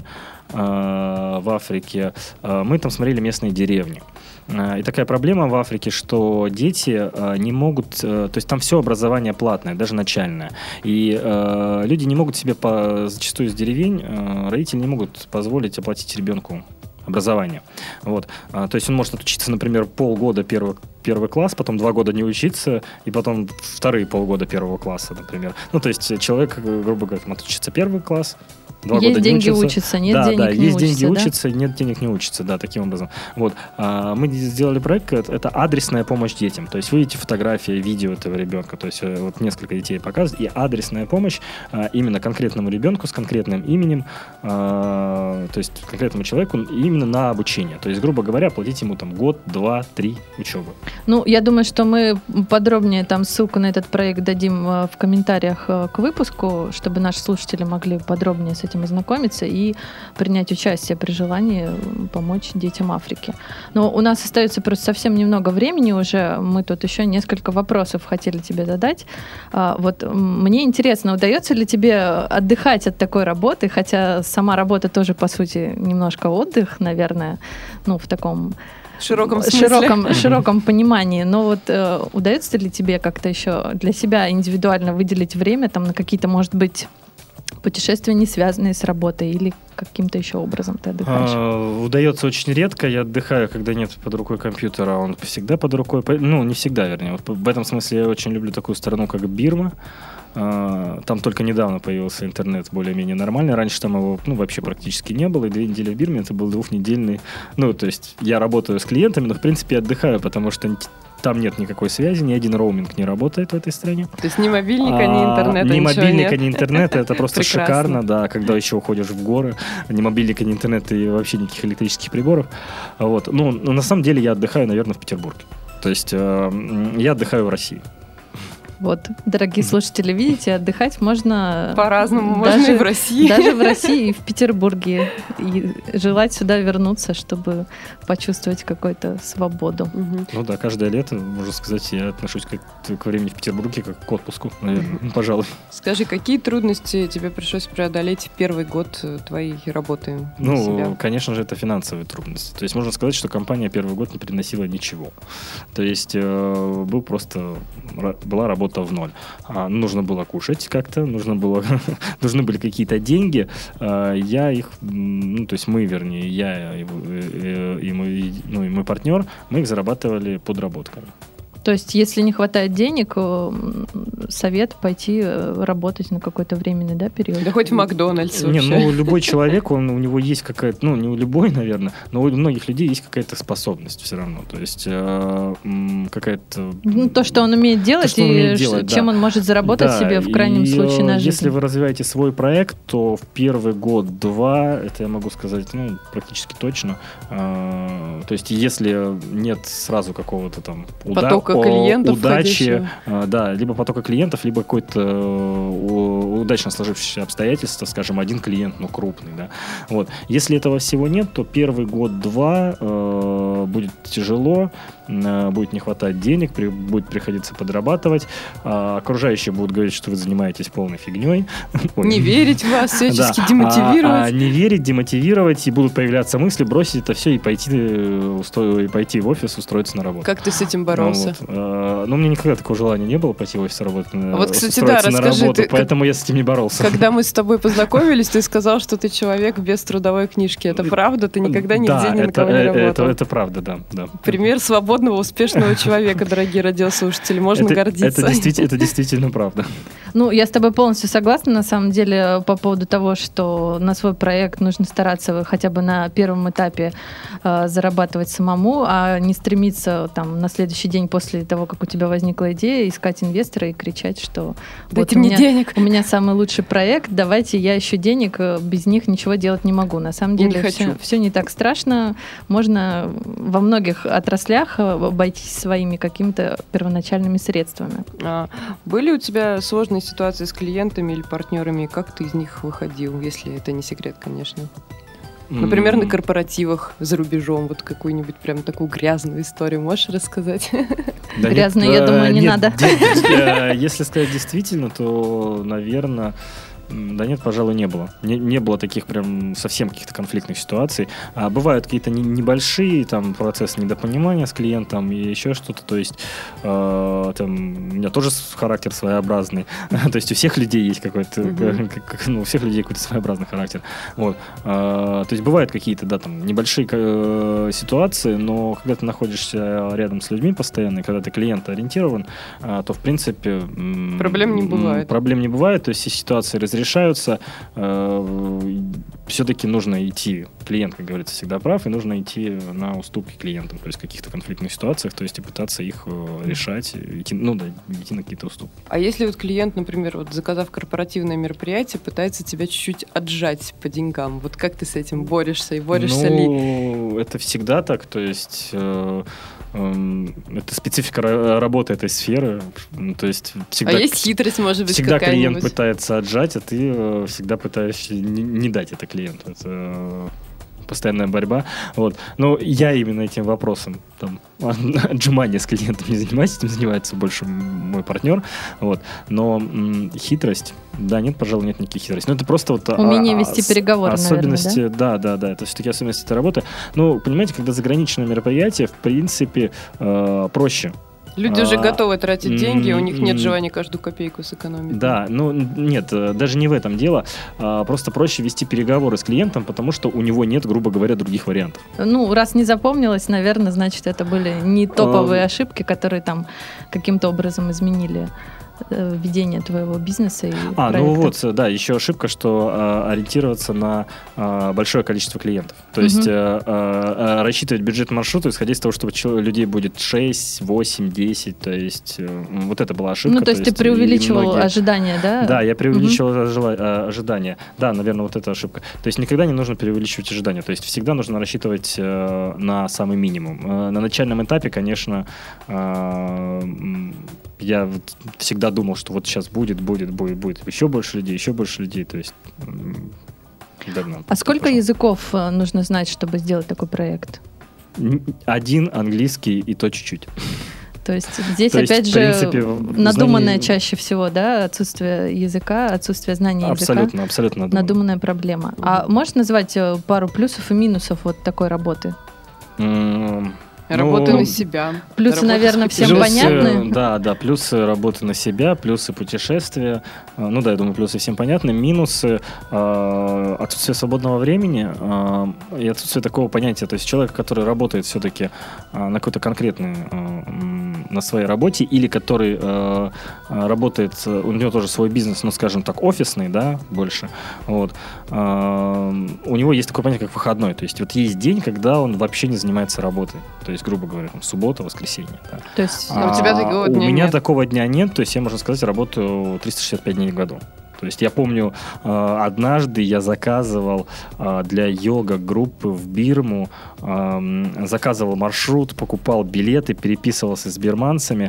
Speaker 5: в Африке, мы там смотрели местные деревни. И такая проблема в Африке, что дети не могут... То есть там все образование платное, даже начальное. И люди не могут себе, зачастую из деревень, родители не могут позволить оплатить ребенку образование. Вот. То есть он может отучиться, например, полгода первый класс, потом 2 года не учиться, и потом вторые полгода первого класса, например. Ну, то есть человек, грубо говоря, отучится 1 класс, 2
Speaker 3: есть
Speaker 5: года
Speaker 3: деньги
Speaker 5: не учится.
Speaker 3: учатся, нет денег не
Speaker 5: есть
Speaker 3: учатся,
Speaker 5: деньги учатся, нет денег не учатся, да, таким образом. Вот. Мы сделали проект, это адресная помощь детям. То есть вы видите фотографии, видео этого ребенка, то есть вот несколько детей показывают, и адресная помощь именно конкретному ребенку с конкретным именем, то есть конкретному человеку именно на обучение. То есть, грубо говоря, платить ему там 1, 2, 3 учебы.
Speaker 3: Ну, я думаю, что мы подробнее там ссылку на этот проект дадим в комментариях к выпуску, чтобы наши слушатели могли подробнее с этим ознакомиться и принять участие при желании помочь детям Африки. Но у нас остается просто совсем немного времени уже. Мы тут еще несколько вопросов хотели тебе задать. Вот мне интересно, удается ли тебе отдыхать от такой работы, хотя сама работа тоже, по сути, немножко отдых, наверное, ну, в таком широком понимании. Но вот удается ли тебе как-то еще для себя индивидуально выделить время там на какие-то, может быть, путешествия, не связанные с работой, или каким-то еще образом ты отдыхаешь?
Speaker 5: Удается очень редко. Я отдыхаю, когда нет под рукой компьютера. Он всегда под рукой. Ну, не всегда, вернее. Вот в этом смысле я очень люблю такую страну, как Бирма. Там только недавно появился интернет более-менее нормальный. Раньше там его вообще практически не было. И 2 недели в Бирме это был 2-недельный... Ну, то есть я работаю с клиентами, но в принципе отдыхаю, потому что там нет никакой связи, ни один роуминг не работает в этой стране.
Speaker 4: То есть ни мобильника, ни интернета,
Speaker 5: ни мобильника,
Speaker 4: нет.
Speaker 5: ни интернета, это просто
Speaker 4: Прекрасно.
Speaker 5: шикарно, да, когда еще уходишь в горы, ни мобильника, ни интернета и вообще никаких электрических приборов. Вот. Ну, на самом деле я отдыхаю, наверное, в Петербурге. То есть я отдыхаю в России.
Speaker 3: Вот, дорогие слушатели, видите, отдыхать можно...
Speaker 4: По-разному,
Speaker 3: даже,
Speaker 4: можно и в России.
Speaker 3: Даже в России и в Петербурге. И желать сюда вернуться, чтобы почувствовать какую-то свободу.
Speaker 5: Ну да, каждое лето, можно сказать, я отношусь к времени в Петербурге как к отпуску, наверное, пожалуй.
Speaker 4: Скажи, какие трудности тебе пришлось преодолеть в первый год твоей работы на себя?
Speaker 5: Ну, конечно же, это финансовые трудности. То есть можно сказать, что компания первый год не приносила ничего. То есть была работа в ноль. Нужно было кушать как-то, нужны были какие-то деньги. Я их, то есть мы, вернее, я и мой партнер, мы их зарабатывали подработками.
Speaker 3: То есть, если не хватает денег, совет пойти работать на какой-то временный, период?
Speaker 4: Да хоть в Макдональдс вообще.
Speaker 5: Не, у любой у него есть какая-то, не у любой, наверное, но у многих людей есть какая-то способность все равно. То есть какая-то...
Speaker 3: то, что он умеет делать, чем он может заработать себе в крайнем случае на жизнь.
Speaker 5: Если вы развиваете свой проект, то в первый год-два, это я могу сказать, практически точно. То есть если нет сразу какого-то там
Speaker 4: потока клиентов,
Speaker 5: удачи, либо потока клиентов, либо какое-то удачно сложившееся обстоятельство, скажем, один клиент, крупный, да. Вот. Если этого всего нет, то первый год-два будет тяжело, будет не хватать денег, будет приходиться подрабатывать, окружающие будут говорить, что вы занимаетесь полной фигней.
Speaker 4: Не верить в вас, всячески демотивировать.
Speaker 5: Не верить, демотивировать, и будут появляться мысли бросить это все и пойти в офис, устроиться на работу.
Speaker 4: Как ты с этим боролся?
Speaker 5: У меня никогда такого желания не было пойти в офис работать,
Speaker 4: кстати,
Speaker 5: устроиться на
Speaker 4: расскажи,
Speaker 5: работу, поэтому я с этим не боролся.
Speaker 4: Когда мы с тобой познакомились, ты сказал, что ты человек без трудовой книжки. Это правда? Ты никогда нигде ни на кого не работал?
Speaker 5: Это правда, да.
Speaker 4: Пример свободного, успешного человека, дорогие радиослушатели. Можно гордиться.
Speaker 5: Это действительно правда.
Speaker 3: Я с тобой полностью согласна, на самом деле, по поводу того, что на свой проект нужно стараться хотя бы на первом этапе зарабатывать самому, а не стремиться на следующий день после того, как у тебя возникла идея, искать инвестора и кричать, что
Speaker 4: дайте мне денег.
Speaker 3: У меня самый лучший проект, давайте я ищу денег, без них ничего делать не могу. На самом деле все не так страшно. Можно во многих отраслях можно обойтись своими какими-то первоначальными средствами.
Speaker 4: Были у тебя сложные ситуации с клиентами или партнерами? Как ты из них выходил, если это не секрет, конечно? Например, на корпоративах за рубежом. Вот какую-нибудь прям такую грязную историю можешь рассказать?
Speaker 5: Да
Speaker 3: грязную, я думаю, не надо.
Speaker 5: Если сказать действительно, то, наверное... Да нет, пожалуй, не было. Не было таких прям совсем каких-то конфликтных ситуаций. Бывают какие-то небольшие там процессы недопонимания с клиентом и еще что-то. То есть там, у меня тоже характер своеобразный. То есть у всех людей есть какой-то, у всех людей какой-то своеобразный характер. Вот. То есть бывают какие-то, да, там небольшие ситуации, но когда ты находишься рядом с людьми постоянно, когда ты клиентоориентирован, то в принципе
Speaker 4: проблем не бывает.
Speaker 5: Проблем не бывает. То есть все ситуации разрешаются, все-таки нужно идти, клиент, как говорится, всегда прав, и нужно идти на уступки клиентам, то есть в каких-то конфликтных ситуациях, то есть и пытаться их решать, идти на какие-то уступки. А
Speaker 4: если вот клиент, например, вот заказав корпоративное мероприятие, пытается тебя чуть-чуть отжать по деньгам, вот как ты с этим борешься и борешься ли?
Speaker 5: Это всегда так, то есть... Это специфика работы этой сферы. То есть всегда,
Speaker 4: есть хитрость, может быть,
Speaker 5: всегда
Speaker 4: какая-нибудь?
Speaker 5: Клиент пытается отжать, а ты всегда пытаешься не дать это клиенту. Это постоянная борьба. Вот. Но я именно этим вопросом отжимания с клиентом не занимаюсь, этим занимается больше мой партнер. Вот. Но хитрость, да, нет, пожалуй, нет никаких хитростей. Но это просто вот
Speaker 3: умение вести переговоры,
Speaker 5: особенности,
Speaker 3: наверное,
Speaker 5: да? Да, это все-таки особенности этой работы. Ну, понимаете, когда заграничное мероприятие, в принципе, проще.
Speaker 4: Люди уже готовы тратить деньги, у них нет желания каждую копейку сэкономить.
Speaker 5: Да, нет, даже не в этом дело. Просто проще вести переговоры с клиентом, потому что у него нет, грубо говоря, других вариантов.
Speaker 3: Раз не запомнилось, наверное, значит, это были не топовые ошибки, которые там каким-то образом изменили ведение твоего бизнеса и проекта.
Speaker 5: Да, еще ошибка, что ориентироваться на большое количество клиентов. То есть рассчитывать бюджет маршрута, исходя из того, что людей будет 6, 8, 10, то есть вот это была ошибка.
Speaker 3: То есть ты преувеличивал ожидания, да?
Speaker 5: Да, я преувеличивал ожидания. Да, наверное, вот эта ошибка. То есть никогда не нужно преувеличивать ожидания. То есть всегда нужно рассчитывать на самый минимум. На начальном этапе, конечно, я всегда думал, что вот сейчас будет еще больше людей, то есть давно.
Speaker 3: А сколько языков нужно знать, чтобы сделать такой проект?
Speaker 5: 1 английский и то чуть-чуть.
Speaker 3: То есть здесь, опять же, надуманное чаще всего, да, отсутствие языка, отсутствие знания языка.
Speaker 5: Абсолютно
Speaker 3: надуманная проблема. А можешь назвать пару плюсов и минусов вот такой работы?
Speaker 4: Работа на себя.
Speaker 3: Плюсы, наверное, всем понятны.
Speaker 5: Да, плюсы работы на себя, плюсы путешествия. Я думаю, плюсы всем понятны. Минусы отсутствие свободного времени и отсутствие такого понятия. То есть человек, который работает все-таки на какой-то конкретной, на своей работе, или который работает, у него тоже свой бизнес, скажем так, офисный, да, больше. Вот. У него есть такое понятие, как выходной. То есть вот есть день, когда он вообще не занимается работой. То есть, грубо говоря, суббота, воскресенье. Да.
Speaker 3: То есть
Speaker 4: у тебя такого дня нет?
Speaker 5: У меня такого дня нет, то есть я, можно сказать, работаю 365 дней в году. То есть я помню, однажды я заказывал для йога-группы в Бирму, заказывал маршрут, покупал билеты, переписывался с бирманцами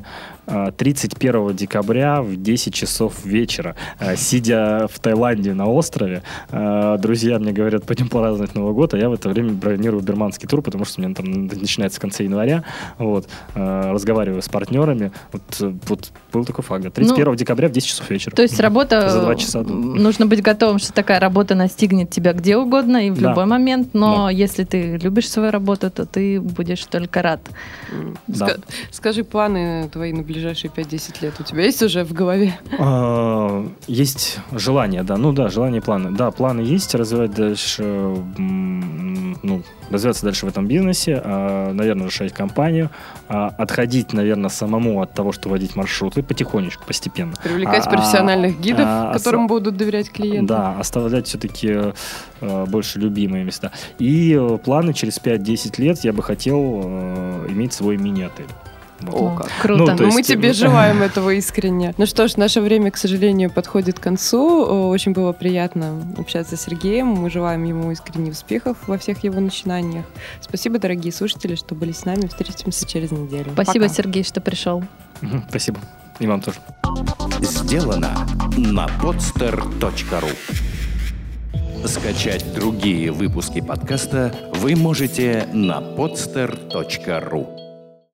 Speaker 5: 31 декабря в 10 часов вечера, сидя в Таиланде на острове. Друзья мне говорят, пойдем праздновать Новый год, а я в это время бронирую бирманский тур, потому что у меня там начинается в конце января. Вот, разговариваю с партнерами. Вот был такой факт. 31 декабря в 10 часов вечера.
Speaker 3: То есть работа...
Speaker 5: За 2 часа.
Speaker 3: Нужно быть готовым, что такая работа настигнет тебя где угодно и в любой момент, но если ты любишь свою работу, то ты будешь только рад.
Speaker 4: Скажи, планы твои на ближайшие 5-10 лет у тебя есть уже в голове?
Speaker 5: Есть желание, да. Желание и планы. Да, планы есть, развивать дальше, развиваться дальше в этом бизнесе, наверное, расширять компанию, отходить, наверное, самому от того, что водить маршруты, потихонечку, постепенно.
Speaker 4: Привлекать профессиональных гидов, которым будут доверять клиенты.
Speaker 5: Да, оставлять все-таки больше любимые места. И планы через 5-10 лет я бы хотел иметь свой мини-отель.
Speaker 4: О, как.
Speaker 3: Круто.
Speaker 5: Ну, то есть,
Speaker 4: Мы тебе желаем этого искренне. Ну что ж, наше время, к сожалению, подходит к концу. Очень было приятно общаться с Сергеем. Мы желаем ему искренних успехов во всех его начинаниях. Спасибо, дорогие слушатели, что были с нами. Встретимся через неделю.
Speaker 3: Спасибо,
Speaker 4: Пока.
Speaker 3: Сергей, что пришел.
Speaker 5: Спасибо. И вам тоже.
Speaker 1: Сделано на podster.ru. Скачать другие выпуски подкаста вы можете на podster.ru.